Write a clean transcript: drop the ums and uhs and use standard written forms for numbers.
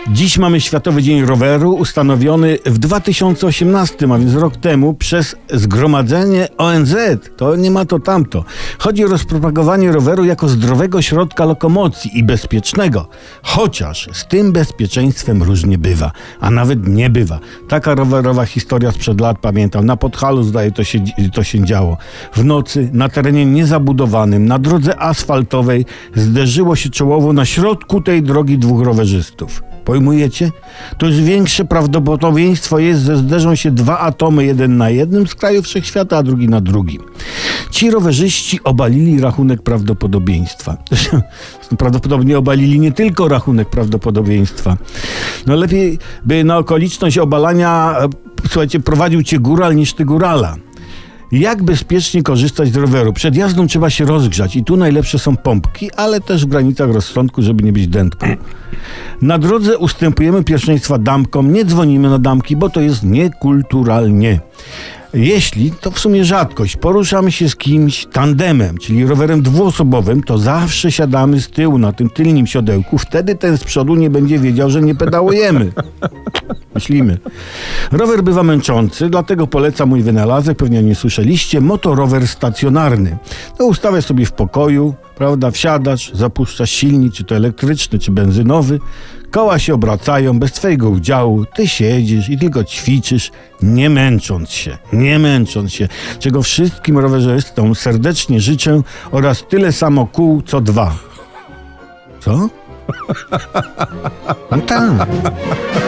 Dziś mamy Światowy Dzień Roweru, ustanowiony w 2018, a więc rok temu, przez Zgromadzenie ONZ. To nie ma to tamto. Chodzi o rozpropagowanie roweru jako zdrowego środka lokomocji i bezpiecznego. Chociaż z tym bezpieczeństwem różnie bywa, a nawet nie bywa. Taka rowerowa historia sprzed lat, pamiętam. Na Podhalu, zdaje, to się działo. W nocy, na terenie niezabudowanym, na drodze asfaltowej zderzyło się czołowo na środku tej drogi dwóch rowerzystów. Pojmujecie? To już większe prawdopodobieństwo jest, że zderzą się dwa atomy, jeden na jednym z kraju wszechświata, a drugi na drugim. Ci rowerzyści obalili rachunek prawdopodobieństwa. Prawdopodobnie obalili nie tylko rachunek prawdopodobieństwa. No lepiej by na okoliczność obalania, słuchajcie, prowadził cię góral niż ty górala. Jak bezpiecznie korzystać z roweru? Przed jazdą trzeba się rozgrzać i tu najlepsze są pompki, ale też w granicach rozsądku, żeby nie być dętką. Na drodze ustępujemy pierwszeństwa damkom, nie dzwonimy na damki, bo to jest niekulturalnie. Jeśli, to w sumie rzadkość, poruszamy się z kimś tandemem, czyli rowerem dwuosobowym, to zawsze siadamy z tyłu na tym tylnym siodełku, wtedy ten z przodu nie będzie wiedział, że nie pedałujemy. Myślimy. Rower bywa męczący, dlatego polecam mój wynalazek, pewnie nie słyszeliście, motorower stacjonarny. No, ustawiasz sobie w pokoju, prawda, wsiadasz, zapuszczasz silnik, czy to elektryczny, czy benzynowy, koła się obracają bez twojego udziału, ty siedzisz i tylko ćwiczysz, nie męcząc się, czego wszystkim rowerzystom serdecznie życzę oraz tyle samo kół co dwa. Co? No tak.